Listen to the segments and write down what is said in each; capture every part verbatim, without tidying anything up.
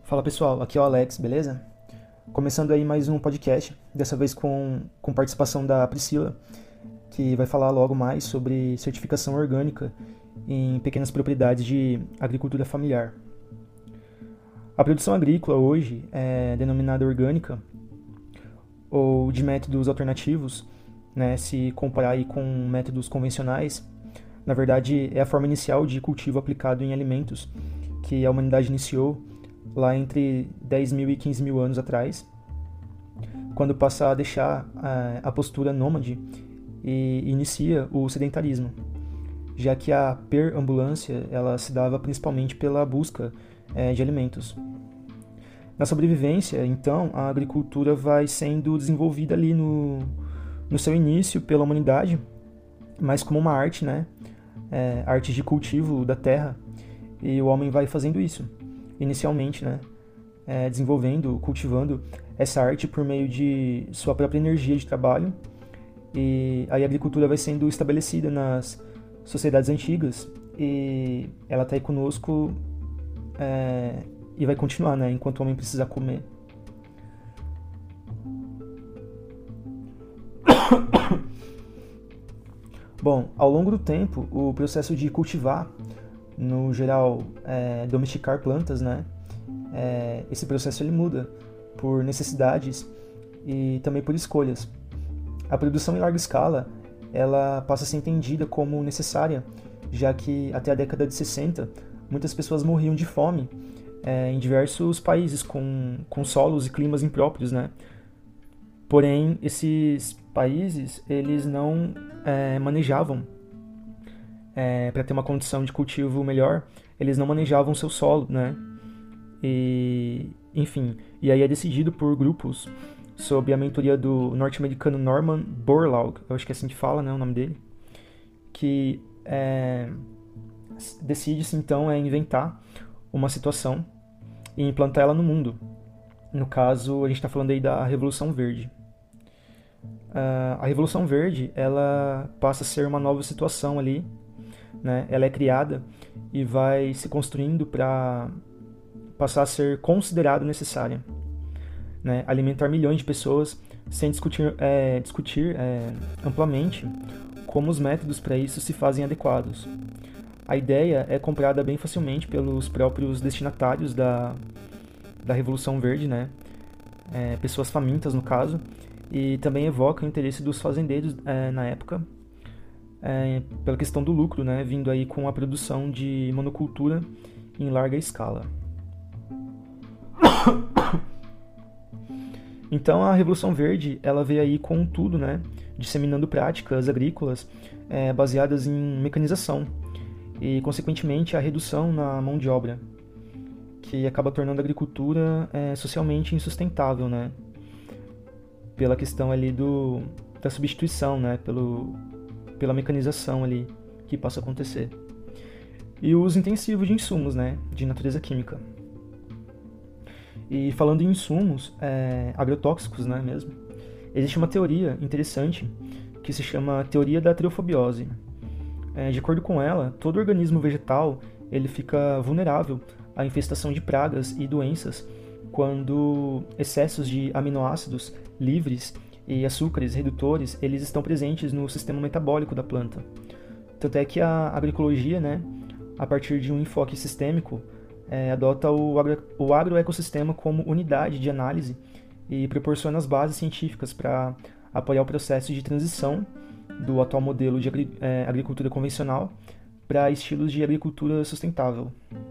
Fala pessoal, aqui é o Alex, beleza? Começando aí mais um podcast, dessa vez com, com participação da Priscila, que vai falar logo mais sobre certificação orgânica em pequenas propriedades de agricultura familiar. A produção agrícola hoje é denominada orgânica ou de métodos alternativos, né, se comparar aí com métodos convencionais. Na verdade, é a forma inicial de cultivo aplicado em alimentos que a humanidade iniciou lá entre dez mil e quinze mil anos atrás, quando passa a deixar a, a postura nômade e inicia o sedentarismo, já que a perambulância ela se dava principalmente pela busca é, de alimentos. Na sobrevivência, então, a agricultura vai sendo desenvolvida ali no, no seu início pela humanidade, mas como uma arte, né? É, arte de cultivo da terra, e o homem vai fazendo isso inicialmente, né, é, desenvolvendo, cultivando essa arte por meio de sua própria energia de trabalho, e aí a agricultura vai sendo estabelecida nas sociedades antigas, e ela está aí conosco é, e vai continuar, né, enquanto o homem precisar comer. Bom, ao longo do tempo, o processo de cultivar, no geral, é, domesticar plantas, né? É, esse processo ele muda por necessidades e também por escolhas. A produção em larga escala, ela passa a ser entendida como necessária, já que até a década de sessenta, muitas pessoas morriam de fome é, em diversos países com, com solos e climas impróprios, né? Porém, esses países, eles não é, manejavam É, para ter uma condição de cultivo melhor, eles não manejavam seu solo, né? E, enfim, e aí é decidido por grupos sob a mentoria do norte-americano Norman Borlaug, eu acho que é assim que fala, né, o nome dele, que é, decide-se então é inventar uma situação e implantar ela no mundo. No caso, a gente está falando aí da Revolução Verde. Uh, a Revolução Verde, ela passa a ser uma nova situação ali, né? Ela é criada e vai se construindo para passar a ser considerada necessária, né? Alimentar milhões de pessoas sem discutir, é, discutir é, amplamente como os métodos para isso se fazem adequados. A ideia é comprada bem facilmente pelos próprios destinatários da, da Revolução Verde, né? É, pessoas famintas no caso, e também evoca o interesse dos fazendeiros é, na época, É, pela questão do lucro, né, vindo aí com a produção de monocultura em larga escala. Então a Revolução Verde ela veio aí com tudo, né, disseminando práticas agrícolas é, baseadas em mecanização e, consequentemente, a redução na mão de obra, que acaba tornando a agricultura é, socialmente insustentável, né, pela questão ali do, da substituição, né, pelo pela mecanização ali que passa a acontecer. E o uso intensivo de insumos, né, de natureza química. E falando em insumos é, agrotóxicos, né, mesmo, existe uma teoria interessante que se chama teoria da treofobiose. É, de acordo com ela, todo organismo vegetal ele fica vulnerável à infestação de pragas e doenças quando excessos de aminoácidos livres e açúcares redutores, eles estão presentes no sistema metabólico da planta. Tanto é que a agroecologia, né, a partir de um enfoque sistêmico, é, adota o, agro, o agroecossistema como unidade de análise e proporciona as bases científicas para apoiar o processo de transição do atual modelo de agri, é, agricultura convencional para estilos de agricultura sustentável.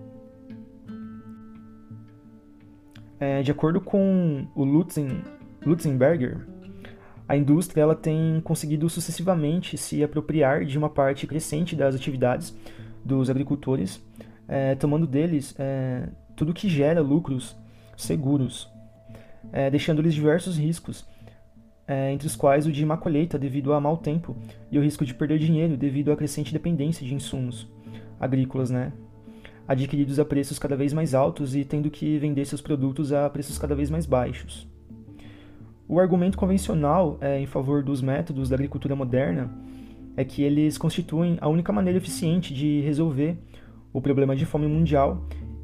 É, de acordo com o Lutzen, Lutzenberger, a indústria ela tem conseguido sucessivamente se apropriar de uma parte crescente das atividades dos agricultores, é, tomando deles é, tudo que gera lucros seguros, é, deixando-lhes diversos riscos, é, entre os quais o de má colheita devido a mau tempo e o risco de perder dinheiro devido à crescente dependência de insumos agrícolas, né, adquiridos a preços cada vez mais altos e tendo que vender seus produtos a preços cada vez mais baixos. O argumento convencional é, em favor dos métodos da agricultura moderna é que eles constituem a única maneira eficiente de resolver o problema de fome mundial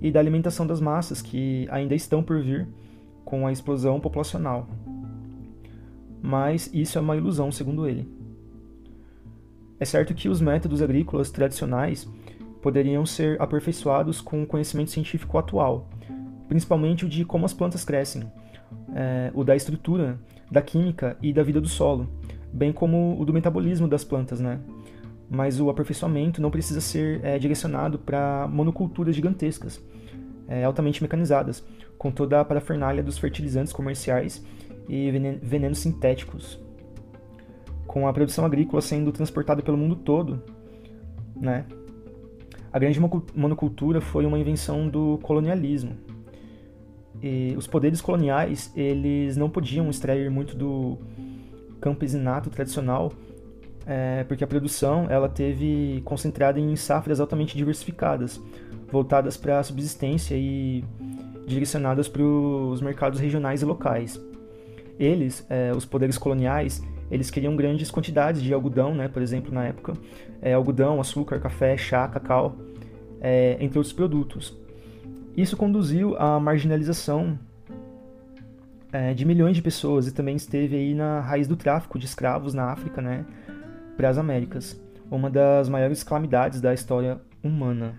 e da alimentação das massas, que ainda estão por vir com a explosão populacional. Mas isso é uma ilusão, segundo ele. É certo que os métodos agrícolas tradicionais poderiam ser aperfeiçoados com o conhecimento científico atual, principalmente o de como as plantas crescem, é, o da estrutura, da química e da vida do solo, bem como o do metabolismo das plantas, né? Mas o aperfeiçoamento não precisa ser é, direcionado para monoculturas gigantescas, é, altamente mecanizadas, com toda a parafernália dos fertilizantes comerciais e venenos sintéticos. Com a produção agrícola sendo transportada pelo mundo todo, né? A grande monocultura foi uma invenção do colonialismo. E os poderes coloniais, eles não podiam extrair muito do campesinato tradicional, é, porque a produção ela teve concentrada em safras altamente diversificadas, voltadas para a subsistência e direcionadas para os mercados regionais e locais. Eles, é, os poderes coloniais, eles queriam grandes quantidades de algodão, né, por exemplo, na época, é, algodão, açúcar, café, chá, cacau, é, entre outros produtos. Isso conduziu à marginalização é, de milhões de pessoas e também esteve aí na raiz do tráfico de escravos na África, né, para as Américas, uma das maiores calamidades da história humana.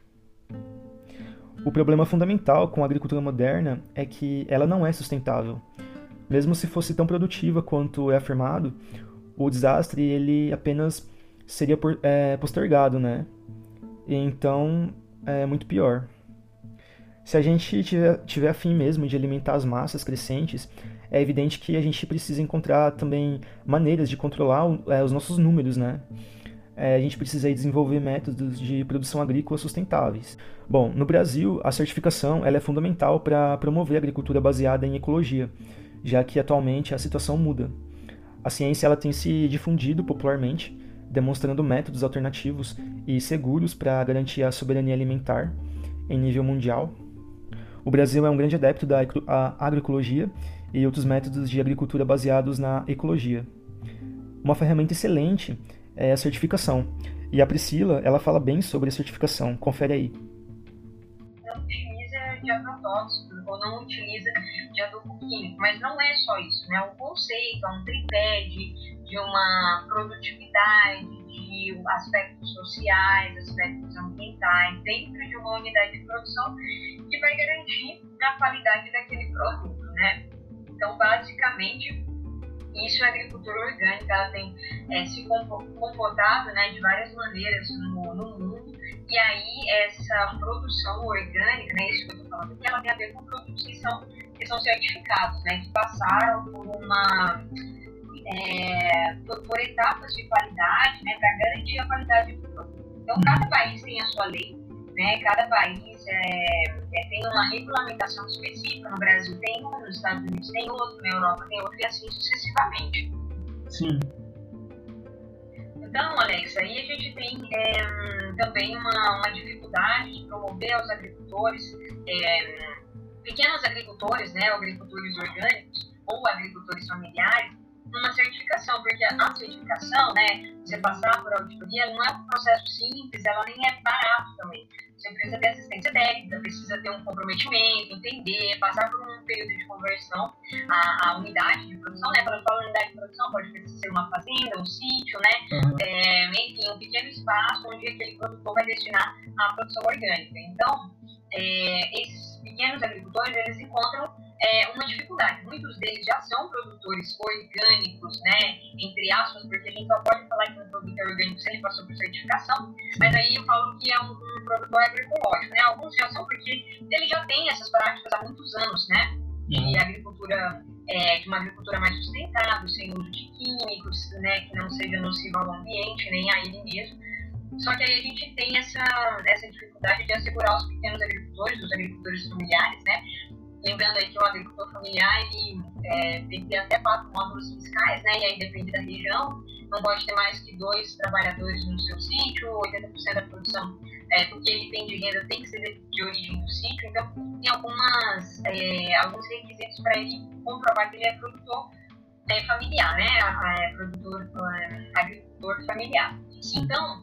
O problema fundamental com a agricultura moderna é que ela não é sustentável. Mesmo se fosse tão produtiva quanto é afirmado, o desastre ele apenas seria por, é, postergado, né? E então é muito pior. Se a gente tiver, tiver a fim mesmo de alimentar as massas crescentes, é evidente que a gente precisa encontrar também maneiras de controlar é, os nossos números, né? É, a gente precisa aí desenvolver métodos de produção agrícola sustentáveis. Bom, no Brasil, a certificação ela é fundamental para promover a agricultura baseada em ecologia, já que atualmente a situação muda. A ciência ela tem se difundido popularmente, demonstrando métodos alternativos e seguros para garantir a soberania alimentar em nível mundial. O Brasil é um grande adepto da agroecologia e outros métodos de agricultura baseados na ecologia. Uma ferramenta excelente é a certificação, e a Priscila ela fala bem sobre a certificação. Confere aí. Não utiliza de agrotóxicos ou não utiliza de adubo químico, mas não é só isso, né? Um conceito, um tripé de, de uma produtividade, de aspectos sociais, aspectos ambientais, dentro de uma unidade de produção que vai garantir a qualidade daquele produto, né? Então, basicamente, isso é a agricultura orgânica, ela tem é, se comportado, né, de várias maneiras no, no mundo, e aí essa produção orgânica, né, isso que eu estou falando aqui, ela tem a ver com produtos que são, que são certificados, né, que passaram por uma é, por, por etapas de qualidade, né, para garantir a qualidade do produto. Então, cada país tem a sua lei, né, cada país é, é, tem uma regulamentação específica. No Brasil tem um, nos Estados Unidos tem outro, na Europa tem outro, e assim sucessivamente. Sim. Então, Alex, aí a gente tem é, também uma, uma dificuldade de promover aos agricultores, é, pequenos agricultores, né, agricultores orgânicos ou agricultores familiares, uma certificação, porque a certificação, né, você passar por auditoria, não é um processo simples, ela nem é barato também. Você precisa ter assistência técnica, precisa ter um comprometimento, entender, passar por um período de conversão à, à unidade de produção, né? Quando eu falo unidade de produção, pode ser uma fazenda, um sítio, né? Uhum. É, enfim, um pequeno espaço onde aquele produtor vai destinar à produção orgânica. Então, é, esses pequenos agricultores, eles encontram é, uma dificuldade. Muitos deles já são produtores orgânicos, né? Entre aspas, porque a gente só pode falar que um produto é orgânico se ele passou por certificação, mas aí eu falo que é um, um produtor agroecológico, né? Alguns já são porque ele já tem essas práticas há muitos anos, né? De agricultura, é, de uma agricultura mais sustentável, sem uso de químicos, né? Que não seja nocivo ao ambiente, nem a ele mesmo. Só que aí a gente tem essa, essa dificuldade de assegurar os pequenos agricultores, os agricultores familiares, né? Lembrando aí que o agricultor familiar, ele é, tem que ter até quatro módulos fiscais, né? E aí depende da região, não pode ter mais que dois trabalhadores no seu sítio, oitenta por cento da produção, é, porque ele tem de renda, tem que ser de, de origem do sítio. Então, tem algumas, é, alguns requisitos para ele comprovar que ele é produtor é, familiar, né? É, produtor, é, agricultor familiar. Então,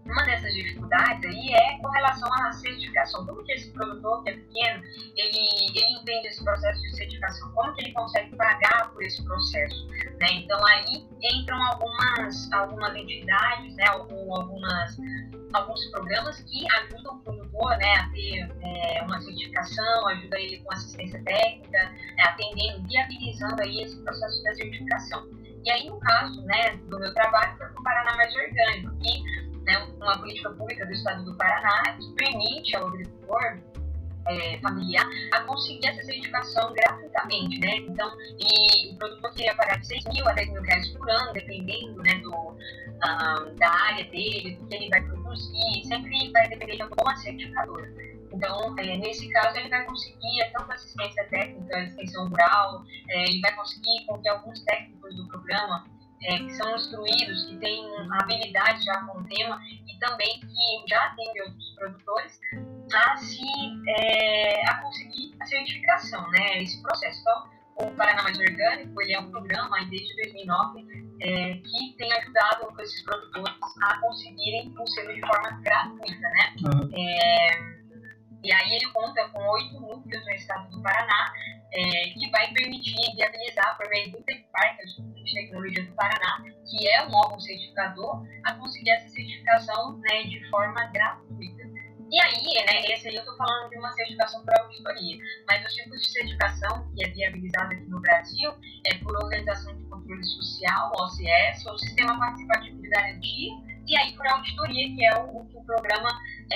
uma dessas dificuldades aí é com relação à certificação. Como que esse produtor que é pequeno, ele, ele entende esse processo de certificação? Como que ele consegue pagar por esse processo? Né? Então aí entram algumas, algumas entidades, né, ou algumas, alguns programas que ajudam o produtor, né, a ter é, uma certificação, ajuda ele com assistência técnica, é, atendendo, viabilizando aí esse processo da certificação. E aí, no caso, né, do meu trabalho, foi para o Paraná Mais Orgânico, que né, uma política pública do estado do Paraná que permite ao agricultor é, familiar a conseguir essa certificação gratuitamente, né? Então, e o produtor queria pagar de seis mil a dez mil reais por ano, dependendo, né, do, uh, da área dele, do que ele vai produzir, sempre vai depender de alguma certificadora. Então, é, nesse caso, ele vai conseguir é, tanto assistência técnica, extensão rural, é, ele vai conseguir com que alguns técnicos do programa é, que são instruídos, que têm habilidade já com o tema e também que já atendem outros produtores, a, se, é, a conseguir a certificação, né, esse processo. Então, o Paraná Mais Orgânico, ele é um programa desde dois mil e nove é, que tem ajudado esses produtores a conseguirem o selo de forma gratuita, né? Uhum. É, e aí ele conta com oito núcleos no estado do Paraná, é, que vai permitir viabilizar por meio do Tecpark, o Instituto de Tecnologia do Paraná, que é um órgão certificador, a conseguir essa certificação, né, de forma gratuita. E aí, né, esse aí eu estou falando de uma certificação por auditoria, mas os tipos de certificação que é viabilizado aqui no Brasil é por Organização de Controle Social, O C S, ou Sistema Participativo de Garantia, e aí por auditoria, que é o que o programa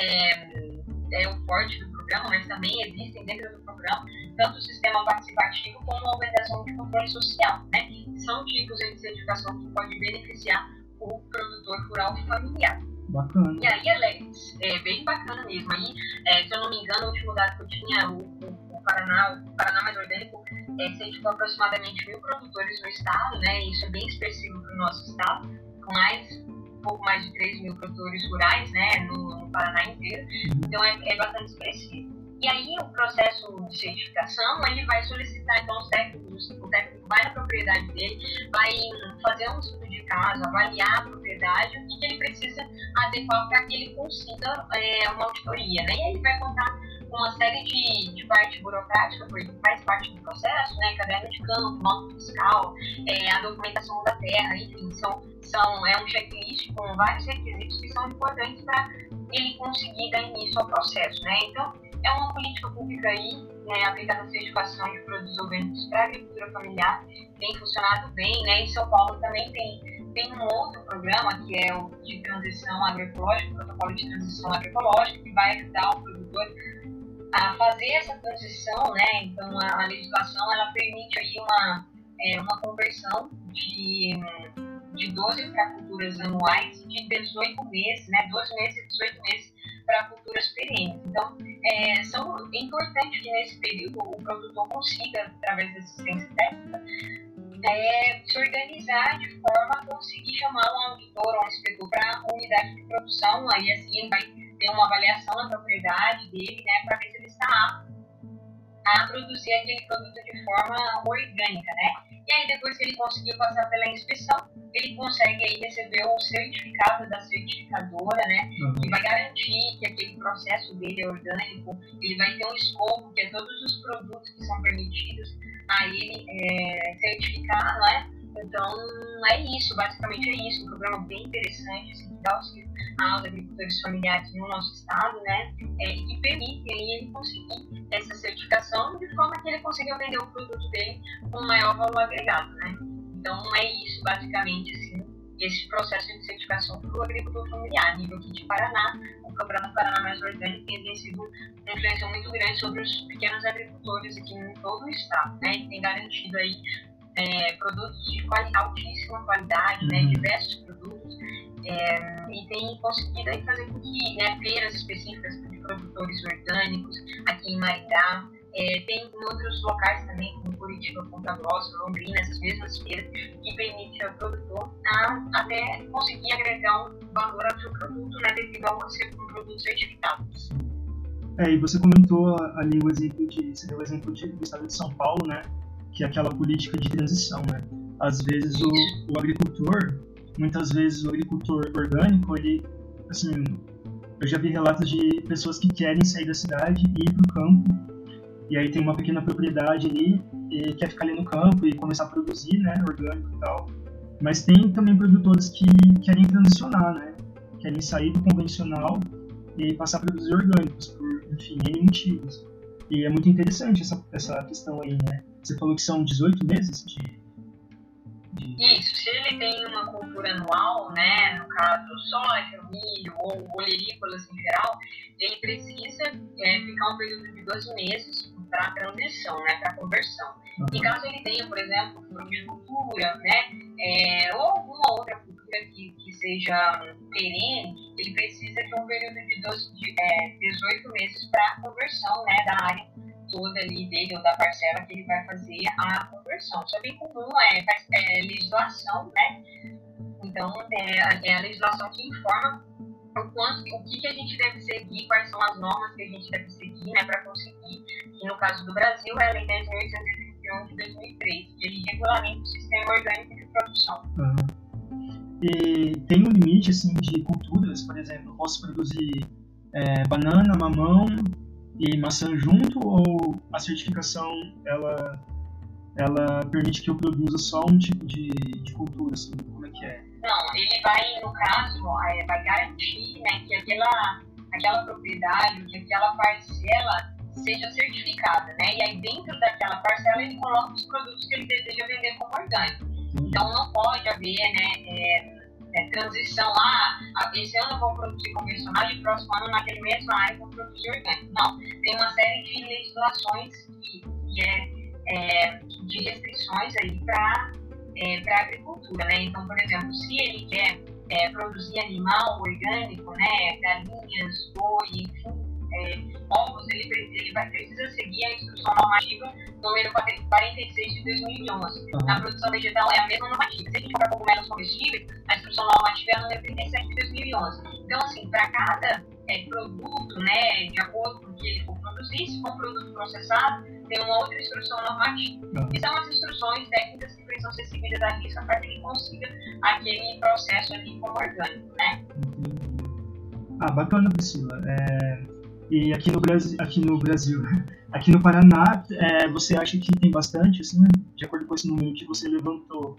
é, é o forte do programa, mas também existem dentro do programa tanto o sistema participativo como a organização de controle social, né? São tipos de certificação que podem beneficiar o produtor rural familiar. Bacana. E aí, Alex, é bem bacana mesmo. Aí, é, se eu não me engano, o último dado que eu tinha, o, o, o Paraná, o Paraná Mais Orgânico, é, certificou aproximadamente mil produtores no estado, né? E isso é bem expressivo para o nosso estado, com mais um pouco mais de três mil produtores rurais, né, no, no Paraná inteiro. Então é, é bastante expressivo. E aí o processo de certificação, ele vai solicitar, então, os técnicos, o técnico vai na propriedade dele, vai fazer um estudo de caso, avaliar a propriedade, o que, que ele precisa adequar para que ele consiga é, uma auditoria, né? E aí ele vai contar uma série de, de parte burocrática, porque faz parte do processo, né? Caderno de campo, nota fiscal, é, a documentação da terra, enfim, são, são, é um checklist com vários requisitos que são importantes para ele conseguir dar início ao processo, né? Então, é uma política pública aí, né, aplicada à certificação de produtos orgânicos para a agricultura familiar, tem funcionado bem, né? Em São Paulo também tem, tem um outro programa, que é o de transição agroecológica, o protocolo de transição agroecológica, que vai ajudar o produtor a fazer essa transição, né? Então, a, a legislação, ela permite aí uma, é, uma conversão de, de doze para culturas anuais de dezoito meses, né? doze meses e dezoito meses para culturas perenes. Então, é, são, é importante que nesse período o produtor consiga, através da assistência técnica, é, se organizar de forma a conseguir chamar um auditor ou um inspetor para a unidade de produção, aí assim ele vai ter uma avaliação da propriedade dele, né, para ver se ele está apto a produzir aquele produto de forma orgânica, né? E aí depois que ele conseguiu passar pela inspeção, ele consegue aí receber o certificado da certificadora, né? Uhum. Que vai garantir que aquele processo dele é orgânico, ele vai ter um escopo, que é todos os produtos que são permitidos a ele é, certificar, né? Então, é isso, basicamente é isso, um programa bem interessante, assim, que dá auxílio aos agricultores familiares no nosso estado, né, é, e que permite aí ele conseguir essa certificação de forma que ele consiga vender o produto dele com maior valor agregado, né. Então, é isso, basicamente, assim, esse processo de certificação para o agricultor familiar. Nível aqui de Paraná, o programa Paraná Mais Orgânico tem sido uma influência muito grande sobre os pequenos agricultores aqui em todo o estado, né, e tem garantido aí É, produtos de quali- altíssima qualidade, né, diversos produtos, é, e tem conseguido aí fazer com que, né, feiras específicas de produtores orgânicos aqui em Maringá, é, tem em outros locais também, como Curitiba, Ponta Grossa, Londrina, essas mesmas feiras, que permitem ao produtor a, até conseguir agregar um valor ao seu produto, né, devido ao ser um produto certificado. É, e você comentou ali o exemplo de, você deu o exemplo de, do estado de São Paulo, né, que é aquela política de transição, né? Às vezes o, o agricultor, muitas vezes o agricultor orgânico, ele assim, eu já vi relatos de pessoas que querem sair da cidade e ir pro campo, e aí tem uma pequena propriedade ali, e quer ficar ali no campo e começar a produzir, né, orgânico e tal. Mas tem também produtores que querem transicionar, né, querem sair do convencional e passar a produzir orgânicos, por, enfim, N motivos. E é muito interessante essa, essa questão aí, né? Você falou que são dezoito meses de, de... Isso, se ele tem uma cultura anual, né, no caso soja, milho ou olerícolas em geral, ele precisa é, ficar um período de doze meses para transição, né, para conversão. Uhum. E caso ele tenha, por exemplo, floricultura, né, é, ou alguma outra cultura que, que seja perene, ele precisa de um período de, doze, de é, dezoito meses para conversão, né, da área toda ali dele ou da parcela que ele vai fazer a conversão. Isso é bem comum, é, é legislação, né? Então, é, é a legislação que informa o, quanto, o que, que a gente deve seguir, quais são as normas que a gente deve seguir, né, para conseguir, que no caso do Brasil é a Lei dez mil oitocentos e trinta e um de dois mil e três, que ele regulamenta o sistema orgânico de produção. Uhum. E tem um limite, assim, de culturas, por exemplo, eu posso produzir é, banana, mamão e maçã junto, ou a certificação ela, ela permite que eu produza só um tipo de, de cultura, assim, como é que é? Não, ele vai, no caso, é, vai garantir, né, que aquela, aquela propriedade, que aquela parcela seja certificada, né, e aí dentro daquela parcela ele coloca os produtos que ele deseja vender como orgânico. Então não pode haver, né, é, É, transição, ah, esse ano eu vou produzir convencional e próximo ano naquele mesmo área eu vou produzir orgânico. Não, tem uma série de legislações que, que é, é, de restrições aí para é, a agricultura, né? Então, por exemplo, se ele quer é, produzir animal orgânico, né, galinhas, boi, enfim, é, ovos, ele, ele vai, precisa seguir a instrução normativa número quarenta e seis de dois mil e onze. Uhum. Na produção vegetal é a mesma normativa. Se a gente comprar cogumelos comestíveis, a instrução normativa é a número trinta e sete de dois mil e onze. Então, assim, para cada é, produto, né, de acordo com o que ele for produzir, se for um produto processado, tem uma outra instrução normativa. Uhum. E são as instruções técnicas que precisam ser seguidas à risca para que ele consiga aquele processo ali como orgânico, né? Uhum. Ah, bacana, Priscila. É... E aqui no Brasil, aqui no, Brasil, aqui no Paraná, é, você acha que tem bastante, assim, de acordo com esse número que você levantou,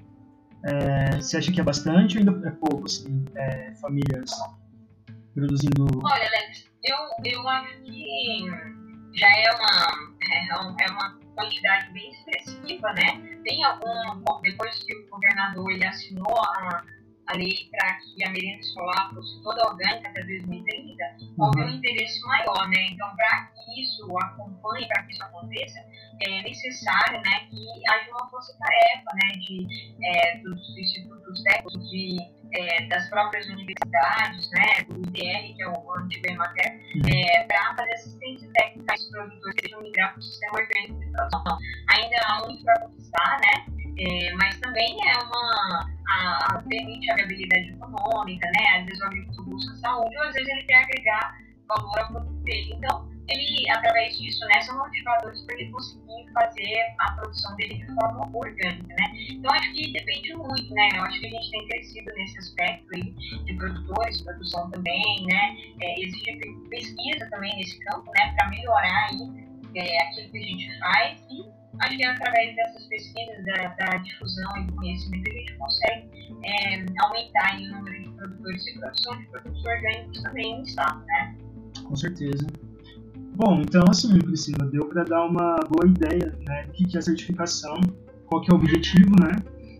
é, você acha que é bastante ou ainda é pouco, assim, é, famílias produzindo... Olha, Alex, eu, eu acho que já é uma, é uma quantidade bem expressiva, né? Tem algum, depois que o governador ele assinou a... a lei para que a merenda escolar fosse toda orgânica até dois mil e trinta, houve um interesse maior, né? Então, para que isso acompanhe, para que isso aconteça, é necessário, né, que haja uma força-tarefa, né, de, é, dos institutos técnicos, de, é, das próprias universidades, né, do I D R, que é o antigo Emater, é, para fazer assistência técnica aos produtores que vão migrar para o sistema orgânico de produção. Ainda há muito para conquistar, né? É, mas também é uma a, a, permite a viabilidade econômica, né? Às vezes o agricultor busca saúde, ou às vezes ele quer agregar valor ao produto dele. Então, ele, através disso, né, são motivadores para ele conseguir fazer a produção dele de forma orgânica, né? Então, acho que depende muito, né? Eu acho que a gente tem crescido nesse aspecto aí de produtores, produção também, né? É, existe pesquisa também nesse campo, né? Para melhorar aí é, aquilo que a gente faz e acho que através dessas pesquisas, da, da difusão e do conhecimento, a gente consegue é, aumentar aí o número de produtores e produção de produtos orgânicos também no estado, né? Com certeza. Bom, então assim, Priscila, deu para dar uma boa ideia, né, do que é a certificação, qual que é o objetivo, né?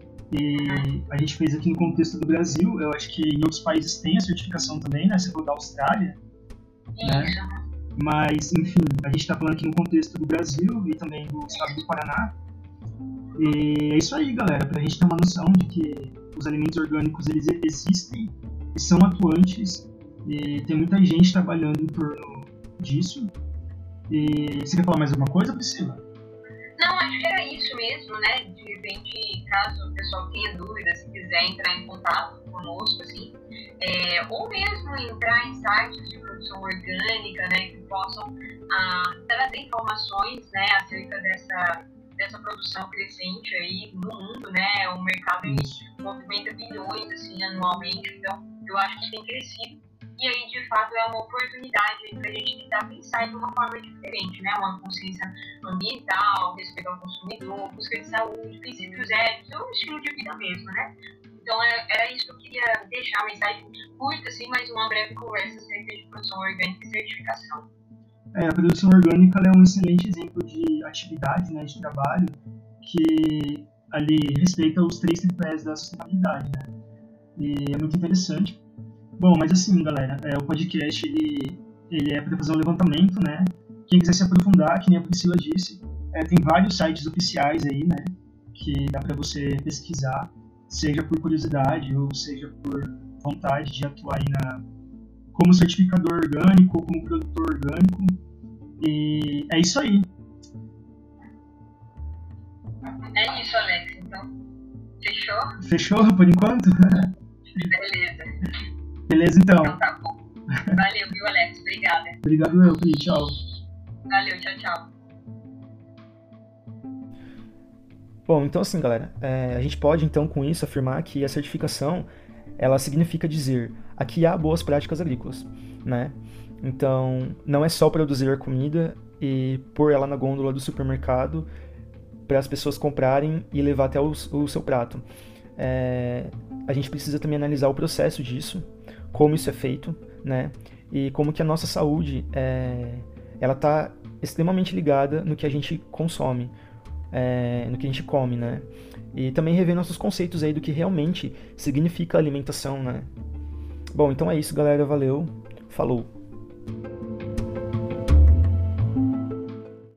E a gente fez aqui no contexto do Brasil, eu acho que em outros países tem a certificação também, né? Você falou da Austrália, Isso. Né? Mas, enfim, a gente está falando aqui no contexto do Brasil e também do estado do Paraná. E é isso aí, galera, para a gente ter uma noção de que os alimentos orgânicos, eles existem e são atuantes e tem muita gente trabalhando em torno disso. E você quer falar mais alguma coisa, Priscila? Não, acho que era isso mesmo, né? De repente, caso o pessoal tenha dúvidas, se quiser entrar em contato conosco, assim, é, ou mesmo entrar em sites de produção orgânica, né, que possam ah, trazer informações, né, acerca dessa, dessa produção crescente aí no mundo, né? O mercado ele movimenta bilhões assim, anualmente, então eu acho que tem crescido. E aí, de fato, é uma oportunidade para a gente tentar pensar de uma forma diferente, né? Uma consciência ambiental, respeito ao consumidor, busca de saúde, princípios éticos, um estilo de vida mesmo, né? Então, era isso que eu queria deixar, uma mensagem curta, assim, mas uma breve conversa acerca de produção orgânica e certificação. É, a produção orgânica é um excelente exemplo de atividade, né, de trabalho, que ali respeita os três tripés da sustentabilidade, né? E é muito interessante. Bom, mas assim, galera, é, o podcast ele, ele é para fazer um levantamento, né? Quem quiser se aprofundar, que nem a Priscila disse, é, tem vários sites oficiais aí, né? Que dá para você pesquisar, seja por curiosidade ou seja por vontade de atuar aí na, como certificador orgânico ou como produtor orgânico. E é isso aí. É isso, Alex. Então, fechou? Fechou por enquanto? Beleza. Beleza, então. Então tá bom. Valeu, viu, Alex? Obrigada. Obrigado, eu, Pri. Tchau. Valeu, tchau, tchau. Bom, então assim, galera, é, a gente pode então com isso afirmar que a certificação ela significa dizer aqui há boas práticas agrícolas, né? Então, não é só produzir comida e pôr ela na gôndola do supermercado para as pessoas comprarem e levar até o, o seu prato. É, a gente precisa também analisar o processo disso, como isso é feito, né? E como que a nossa saúde é, ela está extremamente ligada no que a gente consome, é, no que a gente come, né? E também rever nossos conceitos aí do que realmente significa alimentação, né? Bom, então é isso, galera. Valeu. Falou.